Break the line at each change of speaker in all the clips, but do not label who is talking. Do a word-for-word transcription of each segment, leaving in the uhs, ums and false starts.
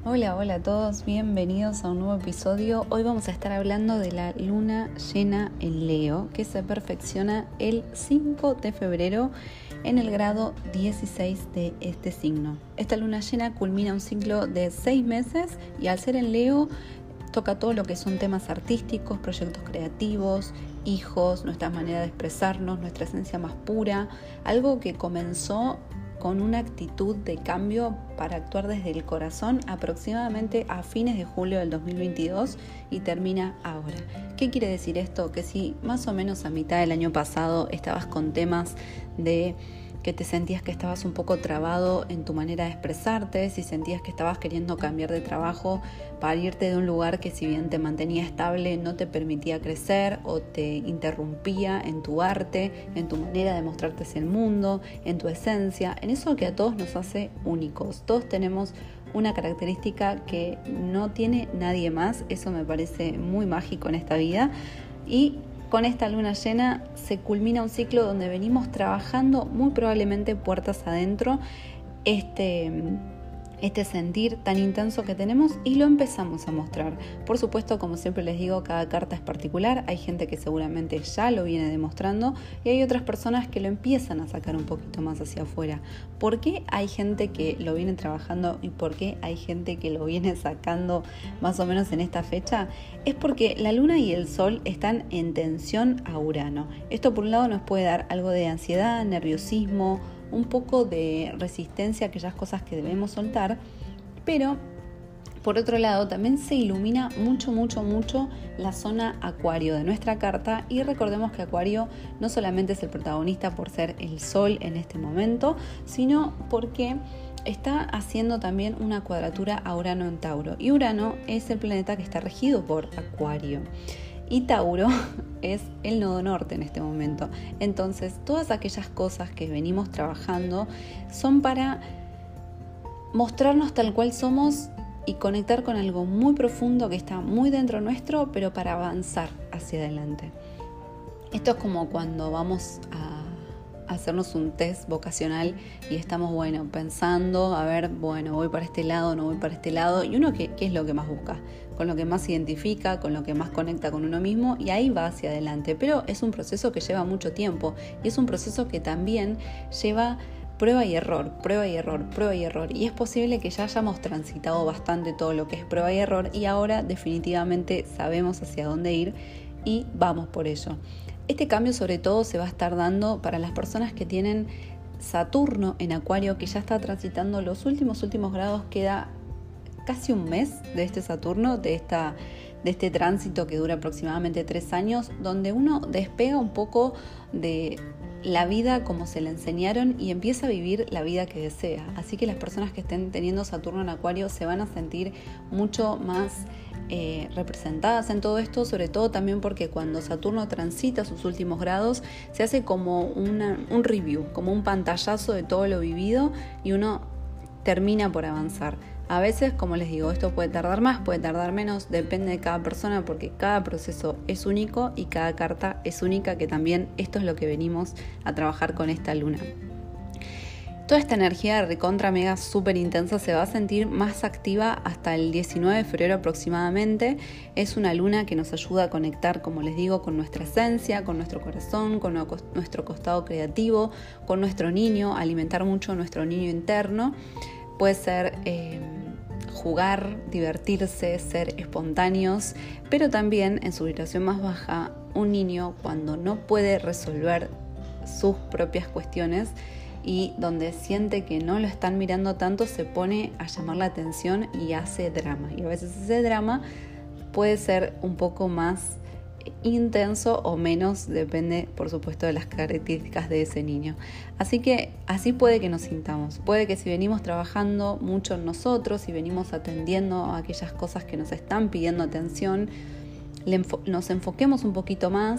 Hola, hola a todos, bienvenidos a un nuevo episodio. Hoy vamos a estar hablando de la luna llena en Leo, que se perfecciona el cinco de febrero en el grado dieciséis de este signo. Esta luna llena culmina un ciclo de seis meses y al ser en Leo toca todo lo que son temas artísticos, proyectos creativos, hijos, nuestra manera de expresarnos, nuestra esencia más pura, algo que comenzó con una actitud de cambio para actuar desde el corazón aproximadamente a fines de julio del dos mil veintidós y termina ahora. ¿Qué quiere decir esto? Que si más o menos a mitad del año pasado estabas con temas de que te sentías que estabas un poco trabado en tu manera de expresarte, si sentías que estabas queriendo cambiar de trabajo para irte de un lugar que si bien te mantenía estable no te permitía crecer o te interrumpía en tu arte, en tu manera de mostrarte hacia el mundo, en tu esencia, en eso que a todos nos hace únicos. Todos tenemos una característica que no tiene nadie más, eso me parece muy mágico en esta vida. Y con esta luna llena se culmina un ciclo donde venimos trabajando muy probablemente puertas adentro este, este sentir tan intenso que tenemos y lo empezamos a mostrar. Por supuesto, como siempre les digo, cada carta es particular. Hay gente que seguramente ya lo viene demostrando y hay otras personas que lo empiezan a sacar un poquito más hacia afuera. ¿Por qué hay gente que lo viene trabajando y por qué hay gente que lo viene sacando más o menos en esta fecha? Es porque la luna y el sol están en tensión a Urano. Esto por un lado nos puede dar algo de ansiedad, nerviosismo, un poco de resistencia a aquellas cosas que debemos soltar, pero por otro lado también se ilumina mucho, mucho, mucho la zona Acuario de nuestra carta y recordemos que Acuario no solamente es el protagonista por ser el sol en este momento, sino porque está haciendo también una cuadratura a Urano en Tauro y Urano es el planeta que está regido por Acuario. Y Tauro es el nodo norte en este momento. Entonces, todas aquellas cosas que venimos trabajando son para mostrarnos tal cual somos y conectar con algo muy profundo que está muy dentro nuestro, pero para avanzar hacia adelante. Esto es como cuando vamos a hacernos un test vocacional y estamos, bueno, pensando, a ver, bueno, voy para este lado, no voy para este lado, y uno, ¿qué, qué es lo que más busca? Con lo que más se identifica, con lo que más conecta con uno mismo, y ahí va hacia adelante. Pero es un proceso que lleva mucho tiempo, y es un proceso que también lleva prueba y error, prueba y error, prueba y error, y es posible que ya hayamos transitado bastante todo lo que es prueba y error, y ahora definitivamente sabemos hacia dónde ir, y vamos por ello. Este cambio sobre todo se va a estar dando para las personas que tienen Saturno en Acuario, que ya está transitando los últimos últimos grados. Queda casi un mes de este Saturno, de, esta, de este tránsito que dura aproximadamente tres años, donde uno despega un poco de la vida como se le enseñaron y empieza a vivir la vida que desea. Así que las personas que estén teniendo Saturno en Acuario se van a sentir mucho más eh, representadas en todo esto, sobre todo también porque cuando Saturno transita sus últimos grados se hace como una, un review, como un pantallazo de todo lo vivido y uno termina por avanzar. A veces, como les digo, esto puede tardar más, puede tardar menos, depende de cada persona porque cada proceso es único y cada carta es única, que también esto es lo que venimos a trabajar con esta luna. Toda esta energía recontra mega súper intensa se va a sentir más activa hasta el diecinueve de febrero aproximadamente. Es una luna que nos ayuda a conectar, como les digo, con nuestra esencia, con nuestro corazón, con nuestro costado creativo, con nuestro niño, alimentar mucho nuestro niño interno. Puede ser eh, jugar, divertirse, ser espontáneos, pero también en su vibración más baja, un niño cuando no puede resolver sus propias cuestiones y donde siente que no lo están mirando tanto, se pone a llamar la atención y hace drama. Y a veces ese drama puede ser un poco más intenso o menos, depende por supuesto de las características de ese niño. Así que así puede que nos sintamos, puede que si venimos trabajando mucho en nosotros y venimos atendiendo a aquellas cosas que nos están pidiendo atención, le enfo- nos enfoquemos un poquito más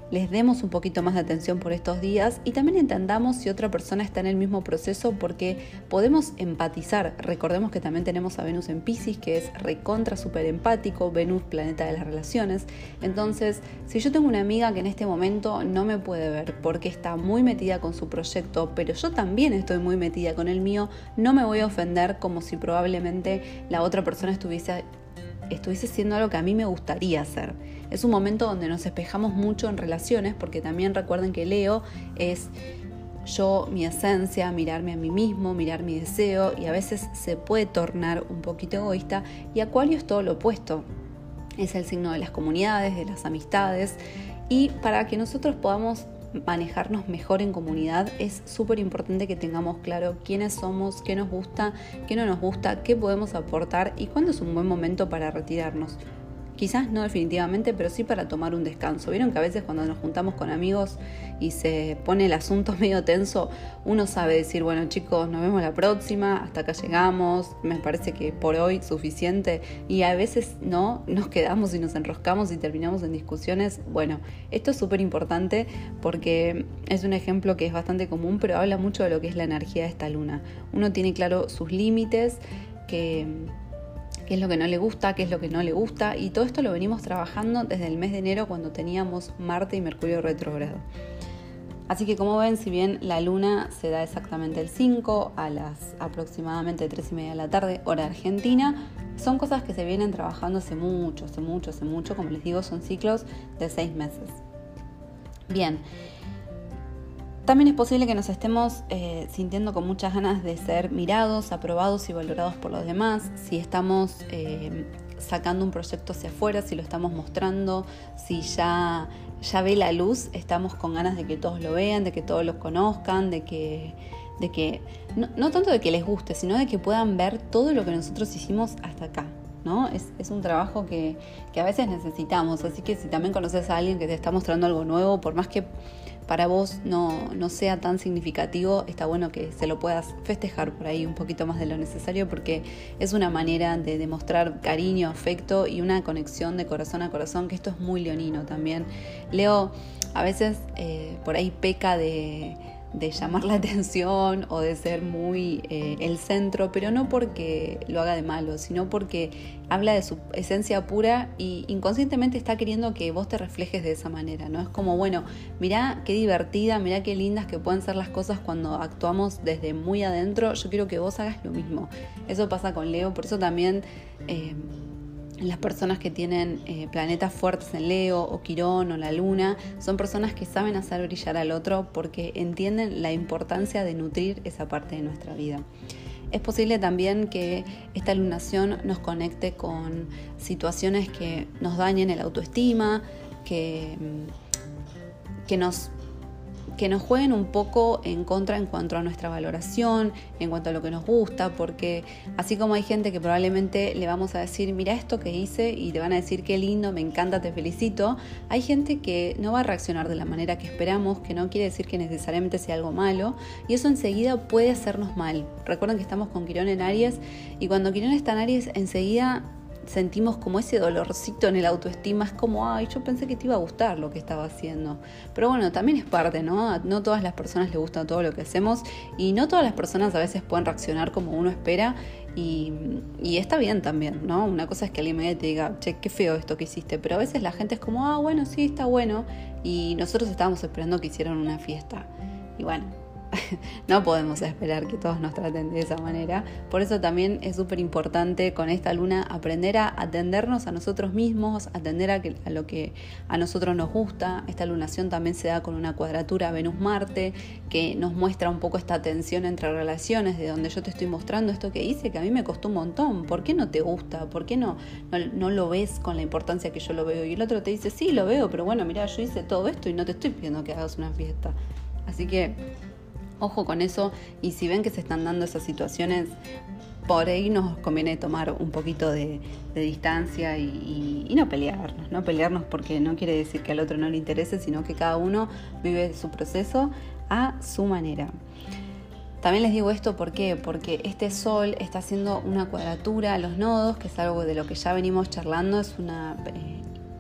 les demos un poquito más de atención por estos días y también entendamos si otra persona está en el mismo proceso, porque podemos empatizar. Recordemos que también tenemos a Venus en Piscis, que es recontra súper empático, Venus planeta de las relaciones. Entonces, si yo tengo una amiga que en este momento no me puede ver porque está muy metida con su proyecto, pero yo también estoy muy metida con el mío, no me voy a ofender como si probablemente la otra persona estuviese estuviese haciendo algo que a mí me gustaría hacer. Es un momento donde nos espejamos mucho en relaciones, porque también recuerden que Leo es yo, mi esencia, mirarme a mí mismo, mirar mi deseo, y a veces se puede tornar un poquito egoísta, y Acuario es todo lo opuesto. Es el signo de las comunidades, de las amistades, y para que nosotros podamos manejarnos mejor en comunidad es súper importante que tengamos claro quiénes somos, qué nos gusta, qué no nos gusta, qué podemos aportar y cuándo es un buen momento para retirarnos. Quizás no definitivamente, pero sí para tomar un descanso. Vieron que a veces cuando nos juntamos con amigos y se pone el asunto medio tenso, uno sabe decir, bueno chicos, nos vemos la próxima, hasta acá llegamos, me parece que por hoy suficiente, y a veces no, nos quedamos y nos enroscamos y terminamos en discusiones. Bueno, esto es súper importante porque es un ejemplo que es bastante común, pero habla mucho de lo que es la energía de esta luna. Uno tiene claro sus límites, que... qué es lo que no le gusta, qué es lo que no le gusta, y todo esto lo venimos trabajando desde el mes de enero, cuando teníamos Marte y Mercurio retrógrado. Así que como ven, si bien la luna se da exactamente el cinco a las aproximadamente tres y media de la tarde, hora argentina, son cosas que se vienen trabajando hace mucho, hace mucho, hace mucho, como les digo, son ciclos de seis meses. Bien. También es posible que nos estemos eh, sintiendo con muchas ganas de ser mirados, aprobados y valorados por los demás. Si estamos eh, sacando un proyecto hacia afuera, si lo estamos mostrando, si ya, ya ve la luz, estamos con ganas de que todos lo vean, de que todos lo conozcan, de que, de que no, no tanto de que les guste, sino de que puedan ver todo lo que nosotros hicimos hasta acá, ¿no? Es, es un trabajo que, que a veces necesitamos. Así que si también conoces a alguien que te está mostrando algo nuevo, por más que para vos no, no sea tan significativo, está bueno que se lo puedas festejar por ahí un poquito más de lo necesario, porque es una manera de demostrar cariño, afecto y una conexión de corazón a corazón, que esto es muy leonino también. Leo a veces eh, por ahí peca de... de llamar la atención o de ser muy eh, el centro, pero no porque lo haga de malo, sino porque habla de su esencia pura y inconscientemente está queriendo que vos te reflejes de esa manera, ¿no? Es como, bueno, mirá qué divertida, mirá qué lindas que pueden ser las cosas cuando actuamos desde muy adentro, yo quiero que vos hagas lo mismo. Eso pasa con Leo, por eso también... Eh, Las personas que tienen eh, planetas fuertes en Leo o Quirón o la Luna son personas que saben hacer brillar al otro porque entienden la importancia de nutrir esa parte de nuestra vida. Es posible también que esta lunación nos conecte con situaciones que nos dañen el autoestima, que, que nos... que nos jueguen un poco en contra en cuanto a nuestra valoración, en cuanto a lo que nos gusta, porque así como hay gente que probablemente le vamos a decir, mira esto que hice, y te van a decir qué lindo, me encanta, te felicito, hay gente que no va a reaccionar de la manera que esperamos, que no quiere decir que necesariamente sea algo malo, y eso enseguida puede hacernos mal. Recuerden que estamos con Quirón en Aries, y cuando Quirón está en Aries, enseguida sentimos como ese dolorcito en el autoestima, es como, ay, yo pensé que te iba a gustar lo que estaba haciendo. Pero bueno, también es parte, ¿no? No todas las personas les gusta todo lo que hacemos y no todas las personas a veces pueden reaccionar como uno espera y, y está bien también, ¿no? Una cosa es que alguien me te diga, che, qué feo esto que hiciste, pero a veces la gente es como, ah, bueno, sí, está bueno, y nosotros estábamos esperando que hicieran una fiesta. Y bueno, no podemos esperar que todos nos traten de esa manera. Por eso también es súper importante con esta luna aprender a atendernos a nosotros mismos, atender a, que, a lo que a nosotros nos gusta. Esta lunación también se da con una cuadratura Venus-Marte que nos muestra un poco esta tensión entre relaciones, de donde yo te estoy mostrando esto que hice, que a mí me costó un montón. ¿Por qué no te gusta? ¿Por qué no, no, no lo ves con la importancia que yo lo veo? Y el otro te dice, sí, lo veo, pero bueno, mira, yo hice todo esto y no te estoy pidiendo que hagas una fiesta. Así que ojo con eso, y si ven que se están dando esas situaciones, por ahí nos conviene tomar un poquito de, de distancia y, y, y no pelearnos, no pelearnos porque no quiere decir que al otro no le interese, sino que cada uno vive su proceso a su manera. También les digo esto, ¿por qué? Porque este sol está haciendo una cuadratura a los nodos, que es algo de lo que ya venimos charlando, es una... Eh,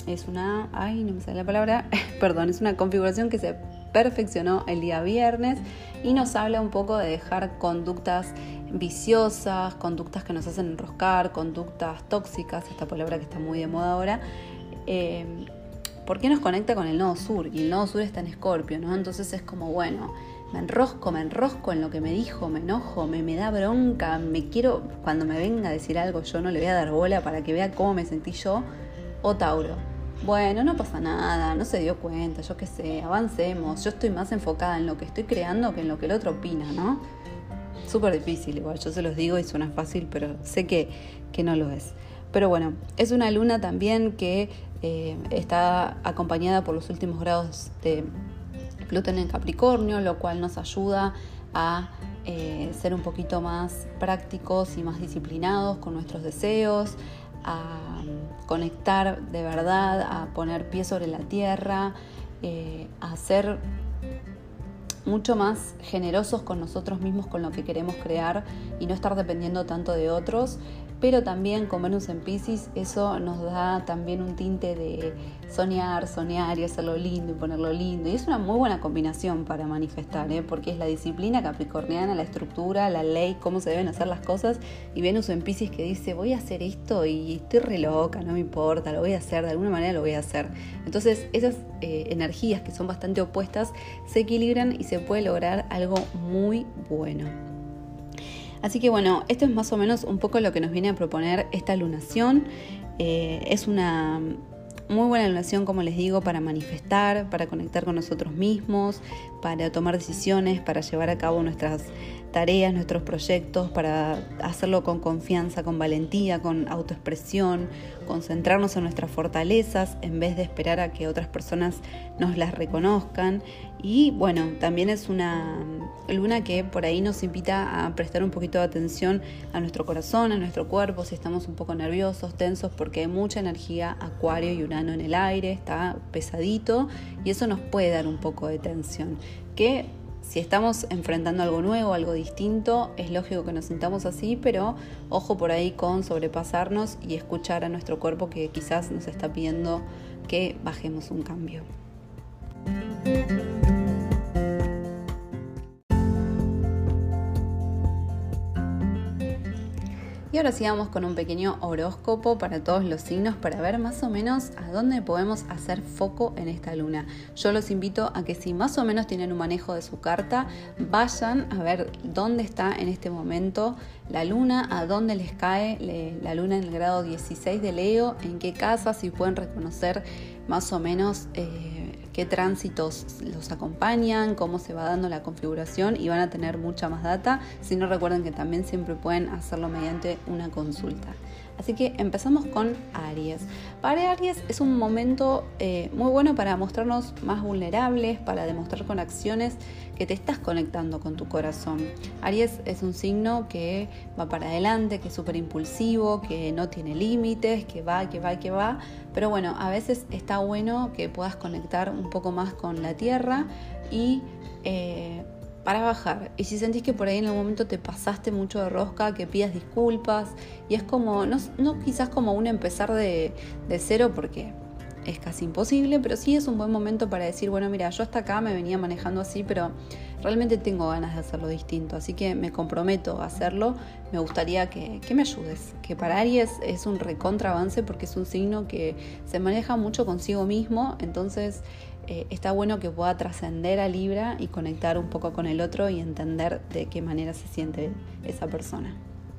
es una, ay, no me sale la palabra, perdón, es una configuración que se perfeccionó el día viernes y nos habla un poco de dejar conductas viciosas, conductas que nos hacen enroscar, conductas tóxicas, esta palabra que está muy de moda ahora, eh, porque nos conecta con el nodo sur, y el nodo sur está en Escorpio, ¿no? Entonces es como, bueno, me enrosco, me enrosco en lo que me dijo, me enojo, me, me da bronca, me quiero, cuando me venga a decir algo yo no le voy a dar bola para que vea cómo me sentí yo. O Tauro, bueno, no pasa nada, no se dio cuenta, yo qué sé, avancemos, yo estoy más enfocada en lo que estoy creando que en lo que el otro opina, ¿no? Súper difícil igual, yo se los digo y suena fácil, pero sé que, que no lo es. Pero bueno, es una luna también que eh, está acompañada por los últimos grados de Plutón en Capricornio, lo cual nos ayuda a eh, ser un poquito más prácticos y más disciplinados con nuestros deseos, a conectar de verdad, a poner pie sobre la tierra, eh, a ser mucho más generosos con nosotros mismos, con lo que queremos crear y no estar dependiendo tanto de otros. Pero también con Venus en Piscis eso nos da también un tinte de soñar, soñar y hacerlo lindo y ponerlo lindo. Y es una muy buena combinación para manifestar, ¿eh? Porque es la disciplina capricorniana, la estructura, la ley, cómo se deben hacer las cosas. Y Venus en Piscis que dice, voy a hacer esto y estoy re loca, no me importa, lo voy a hacer, de alguna manera lo voy a hacer. Entonces esas eh, energías que son bastante opuestas se equilibran y se puede lograr algo muy bueno. Así que bueno, esto es más o menos un poco lo que nos viene a proponer esta lunación. Eh, es una muy buena lunación, como les digo, para manifestar, para conectar con nosotros mismos, para tomar decisiones, para llevar a cabo nuestras tareas, nuestros proyectos, para hacerlo con confianza, con valentía, con autoexpresión, concentrarnos en nuestras fortalezas en vez de esperar a que otras personas nos las reconozcan. Y bueno, también es una luna que por ahí nos invita a prestar un poquito de atención a nuestro corazón, a nuestro cuerpo, si estamos un poco nerviosos, tensos, porque hay mucha energía Acuario y Urano en el aire, está pesadito y eso nos puede dar un poco de tensión, que si estamos enfrentando algo nuevo, algo distinto, es lógico que nos sintamos así, pero ojo por ahí con sobrepasarnos y escuchar a nuestro cuerpo que quizás nos está pidiendo que bajemos un cambio. Y ahora sigamos con un pequeño horóscopo para todos los signos para ver más o menos a dónde podemos hacer foco en esta luna. Yo los invito a que si más o menos tienen un manejo de su carta, vayan a ver dónde está en este momento la luna, a dónde les cae la luna en el grado dieciséis de Leo, en qué casa, si pueden reconocer más o menos eh, qué tránsitos los acompañan, cómo se va dando la configuración y van a tener mucha más data. Si no, recuerden que también siempre pueden hacerlo mediante una consulta. Así que empezamos con Aries. Para Aries es un momento eh, muy bueno para mostrarnos más vulnerables, para demostrar con acciones que te estás conectando con tu corazón. Aries es un signo que va para adelante, que es súper impulsivo, que no tiene límites, que va, que va, que va. Pero bueno, a veces está bueno que puedas conectar un poco más con la tierra y Eh, para bajar. Y si sentís que por ahí en algún momento te pasaste mucho de rosca, que pidas disculpas. Y es como, no, no quizás como un empezar de, de cero, porque es casi imposible, pero sí es un buen momento para decir, bueno, mira, yo hasta acá me venía manejando así, pero realmente tengo ganas de hacerlo distinto, así que me comprometo a hacerlo. Me gustaría que, que me ayudes, que para Aries es un recontra avance porque es un signo que se maneja mucho consigo mismo, entonces eh, está bueno que pueda trascender a Libra y conectar un poco con el otro y entender de qué manera se siente esa persona.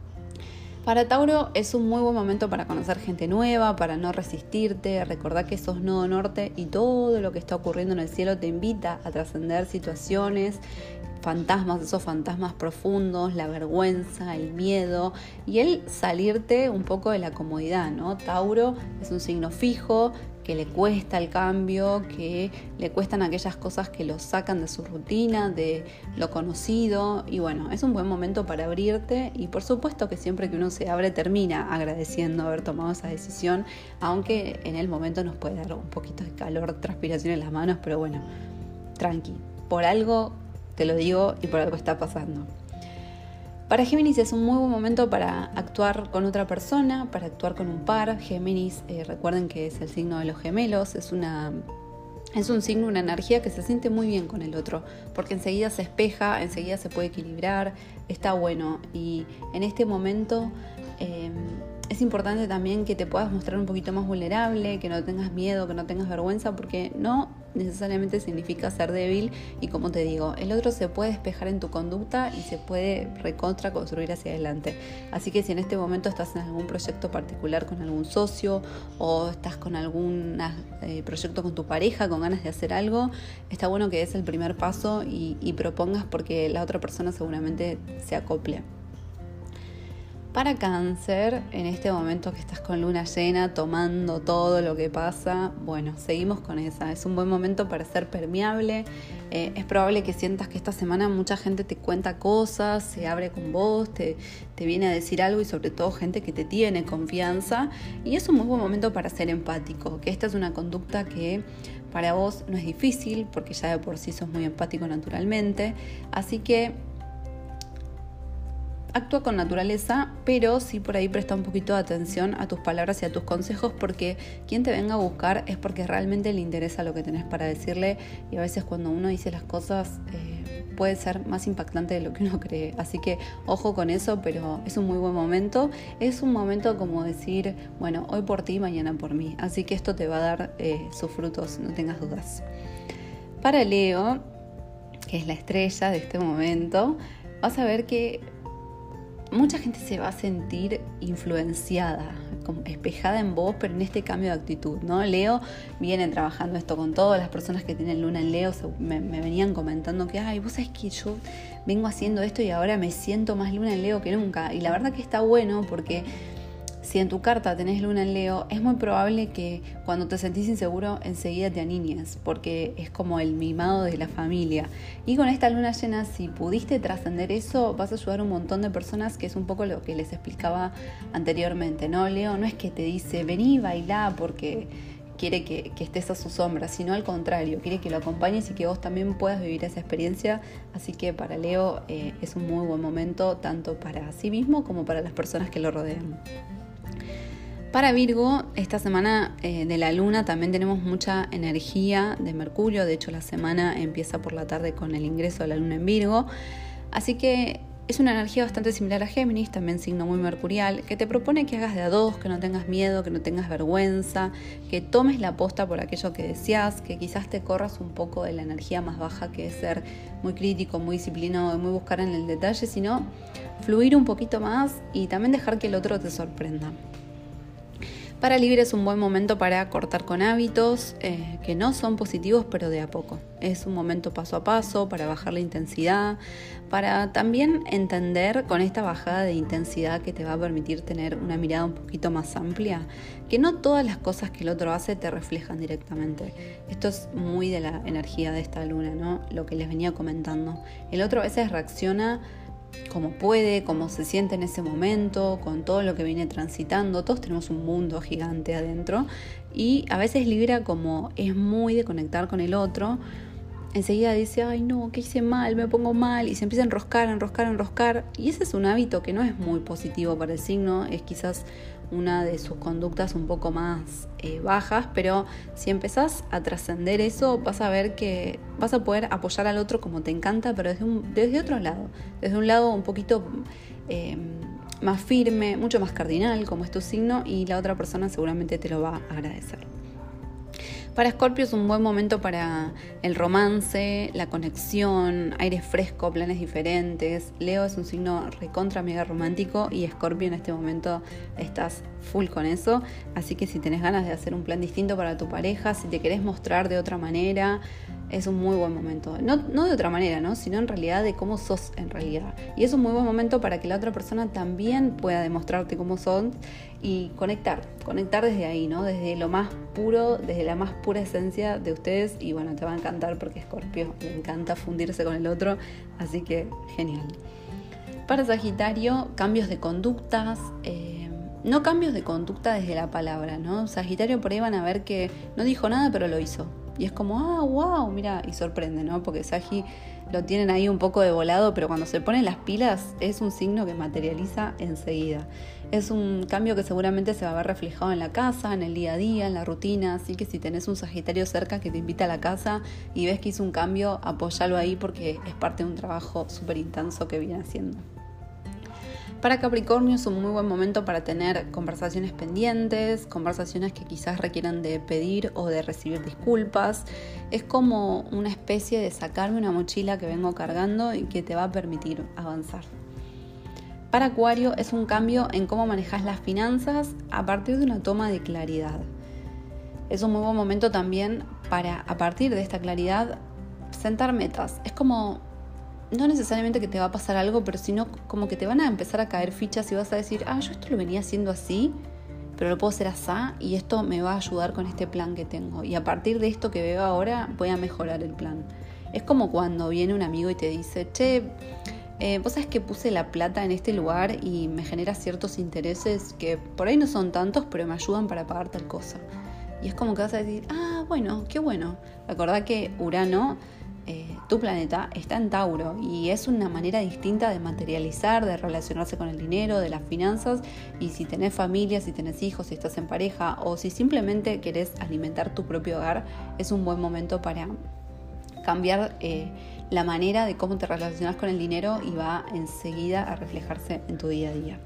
Para Tauro es un muy buen momento para conocer gente nueva, para no resistirte, recordar que sos nodo norte y todo lo que está ocurriendo en el cielo te invita a trascender situaciones, fantasmas, esos fantasmas profundos, la vergüenza, el miedo y el salirte un poco de la comodidad, ¿no? Tauro es un signo fijo, que le cuesta el cambio, que le cuestan aquellas cosas que lo sacan de su rutina, de lo conocido. Y bueno, es un buen momento para abrirte y por supuesto que siempre que uno se abre termina agradeciendo haber tomado esa decisión, aunque en el momento nos puede dar un poquito de calor, transpiración en las manos, pero bueno, tranqui, por algo te lo digo y por algo está pasando. Para Géminis es un muy buen momento para actuar con otra persona, para actuar con un par. Géminis, eh, recuerden que es el signo de los gemelos, es una... Es un signo, una energía que se siente muy bien con el otro, porque enseguida se espeja, enseguida se puede equilibrar, está bueno. Y en este momento eh, es importante también que te puedas mostrar un poquito más vulnerable, que no tengas miedo, que no tengas vergüenza, porque no necesariamente significa ser débil. Y como te digo, el otro se puede despejar en tu conducta y se puede recontra construir hacia adelante. Así que si en este momento estás en algún proyecto particular con algún socio o estás con algún eh, proyecto con tu pareja, con ganas de hacer algo, está bueno que des el primer paso y, y propongas, porque la otra persona seguramente se acople. Para Cáncer, en este momento que estás con luna llena, tomando todo lo que pasa, bueno, seguimos con esa. Es un buen momento para ser permeable. Eh, es probable que sientas que esta semana mucha gente te cuenta cosas, se abre con vos, te, te viene a decir algo, y sobre todo gente que te tiene confianza. Y es un muy buen momento para ser empático, que esta es una conducta que para vos no es difícil, porque ya de por sí sos muy empático naturalmente. Así que actúa con naturaleza, pero sí por ahí presta un poquito de atención a tus palabras y a tus consejos, porque quien te venga a buscar es porque realmente le interesa lo que tenés para decirle, y a veces cuando uno dice las cosas eh, puede ser más impactante de lo que uno cree. Así que ojo con eso, pero es un muy buen momento. Es un momento como decir, bueno, hoy por ti, mañana por mí. Así que esto te va a dar eh, sus frutos, no tengas dudas. Para Leo, que es la estrella de este momento, vas a ver que mucha gente se va a sentir influenciada, como espejada en vos, pero en este cambio de actitud, ¿no? Leo viene trabajando esto con todas las personas que tienen luna en Leo. Me, me venían comentando que, ay, vos sabés que yo vengo haciendo esto y ahora me siento más luna en Leo que nunca. Y la verdad que está bueno, porque si en tu carta tenés luna en Leo, es muy probable que cuando te sentís inseguro enseguida te aniñes, porque es como el mimado de la familia. Y con esta luna llena, si pudiste trascender eso, vas a ayudar a un montón de personas, que es un poco lo que les explicaba anteriormente, ¿no? Leo no es que te dice, vení, bailá, porque quiere que, que estés a su sombra, sino al contrario, quiere que lo acompañes y que vos también puedas vivir esa experiencia. Así que para Leo eh, es un muy buen momento, tanto para sí mismo como para las personas que lo rodean. Para Virgo, esta semana eh, de la luna también tenemos mucha energía de Mercurio. De hecho, la semana empieza por la tarde con el ingreso de la luna en Virgo. Así que es una energía bastante similar a Géminis, también signo muy mercurial, que te propone que hagas de a dos, que no tengas miedo, que no tengas vergüenza, que tomes la posta por aquello que deseas, que quizás te corras un poco de la energía más baja, que es ser muy crítico, muy disciplinado, muy buscar en el detalle, sino fluir un poquito más y también dejar que el otro te sorprenda. Para Libre es un buen momento para cortar con hábitos eh, que no son positivos, pero de a poco. Es un momento paso a paso para bajar la intensidad, para también entender con esta bajada de intensidad que te va a permitir tener una mirada un poquito más amplia, que no todas las cosas que el otro hace te reflejan directamente. Esto es muy de la energía de esta luna, ¿no? Lo que les venía comentando. El otro a veces reacciona como puede, como se siente en ese momento, con todo lo que viene transitando. Todos tenemos un mundo gigante adentro, y a veces Libra, como es muy de conectar con el otro, enseguida dice, ay no, ¿qué hice mal? Me pongo mal, y se empieza a enroscar, enroscar, enroscar, y ese es un hábito que no es muy positivo para el signo. Es quizás una de sus conductas un poco más eh, bajas, pero si empezás a trascender eso, vas a ver que vas a poder apoyar al otro como te encanta, pero desde, un, desde otro lado, desde un lado un poquito eh, más firme, mucho más cardinal, como es tu signo, y la otra persona seguramente te lo va a agradecer. Para Escorpio es un buen momento para el romance, la conexión, aire fresco, planes diferentes. Leo es un signo recontra mega romántico, y Escorpio en este momento estás full con eso. Así que si tenés ganas de hacer un plan distinto para tu pareja, si te querés mostrar de otra manera, es un muy buen momento. No, no de otra manera, ¿no? Sino en realidad de cómo sos en realidad. Y es un muy buen momento para que la otra persona también pueda demostrarte cómo son y conectar, conectar desde ahí, ¿no? Desde lo más puro, desde la más pura esencia de ustedes. Y bueno, te va a encantar porque a Escorpio le encanta fundirse con el otro, así que genial. Para Sagitario, cambios de conductas, eh, no cambios de conducta desde la palabra, ¿no? Sagitario por ahí van a ver que no dijo nada, pero lo hizo. Y es como, ah, wow, mira, y sorprende, ¿no? Porque Sagi lo tienen ahí un poco de volado, pero cuando se ponen las pilas es un signo que materializa enseguida. Es un cambio que seguramente se va a ver reflejado en la casa, en el día a día, en la rutina, así que si tenés un Sagitario cerca que te invita a la casa y ves que hizo un cambio, apóyalo ahí porque es parte de un trabajo súper intenso que viene haciendo. Para Capricornio es un muy buen momento para tener conversaciones pendientes, conversaciones que quizás requieran de pedir o de recibir disculpas. Es como una especie de sacarme una mochila que vengo cargando y que te va a permitir avanzar. Para Acuario es un cambio en cómo manejas las finanzas a partir de una toma de claridad. Es un muy buen momento también para, a partir de esta claridad, sentar metas. Es como... no necesariamente que te va a pasar algo, pero sino como que te van a empezar a caer fichas y vas a decir, ah, yo esto lo venía haciendo así, pero lo puedo hacer así y esto me va a ayudar con este plan que tengo. Y a partir de esto que veo ahora voy a mejorar el plan. Es como cuando viene un amigo y te dice, che, eh, vos sabés que puse la plata en este lugar y me genera ciertos intereses que por ahí no son tantos, pero me ayudan para pagar tal cosa. Y es como que vas a decir, ah, bueno, qué bueno. Recordá que Urano... Eh, tu planeta está en Tauro y es una manera distinta de materializar, de relacionarse con el dinero, de las finanzas, y si tenés familia, si tenés hijos, si estás en pareja o si simplemente querés alimentar tu propio hogar, es un buen momento para cambiar eh, la manera de cómo te relacionas con el dinero y va enseguida a reflejarse en tu día a día.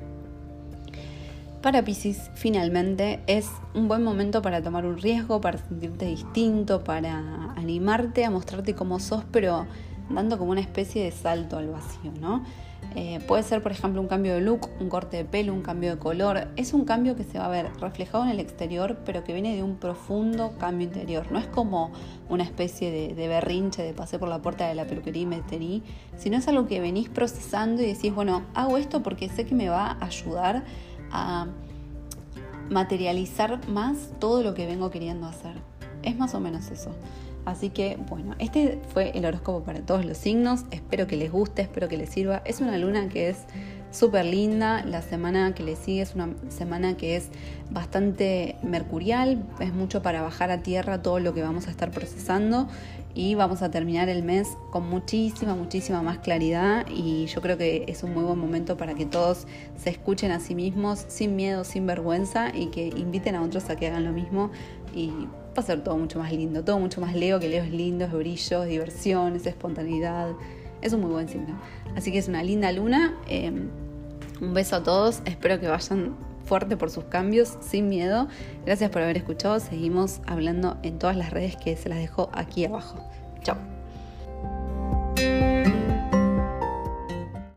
Para Piscis, finalmente, es un buen momento para tomar un riesgo, para sentirte distinto, para animarte a mostrarte cómo sos, pero dando como una especie de salto al vacío, ¿no? Eh, puede ser, por ejemplo, un cambio de look, un corte de pelo, un cambio de color. Es un cambio que se va a ver reflejado en el exterior, pero que viene de un profundo cambio interior. No es como una especie de, de berrinche de pasé por la puerta de la peluquería y me detení, sino es algo que venís procesando y decís, bueno, hago esto porque sé que me va a ayudar a materializar más todo lo que vengo queriendo hacer. Es más o menos eso. Así que, bueno, este fue el horóscopo para todos los signos. Espero que les guste, espero que les sirva. Es una luna que es súper linda. La semana que le sigue es una semana que es bastante mercurial. Es mucho para bajar a tierra todo lo que vamos a estar procesando. Y vamos a terminar el mes con muchísima, muchísima más claridad. Y yo creo que es un muy buen momento para que todos se escuchen a sí mismos sin miedo, sin vergüenza, y que inviten a otros a que hagan lo mismo. Y va a ser todo mucho más lindo, todo mucho más Leo, que Leo es lindo, es brillo, es diversión, es espontaneidad. Es un muy buen signo. Así que es una linda luna. Eh, un beso a todos. Espero que vayan fuerte por sus cambios, sin miedo. Gracias por haber escuchado. Seguimos hablando en todas las redes que se las dejo aquí abajo. Chao.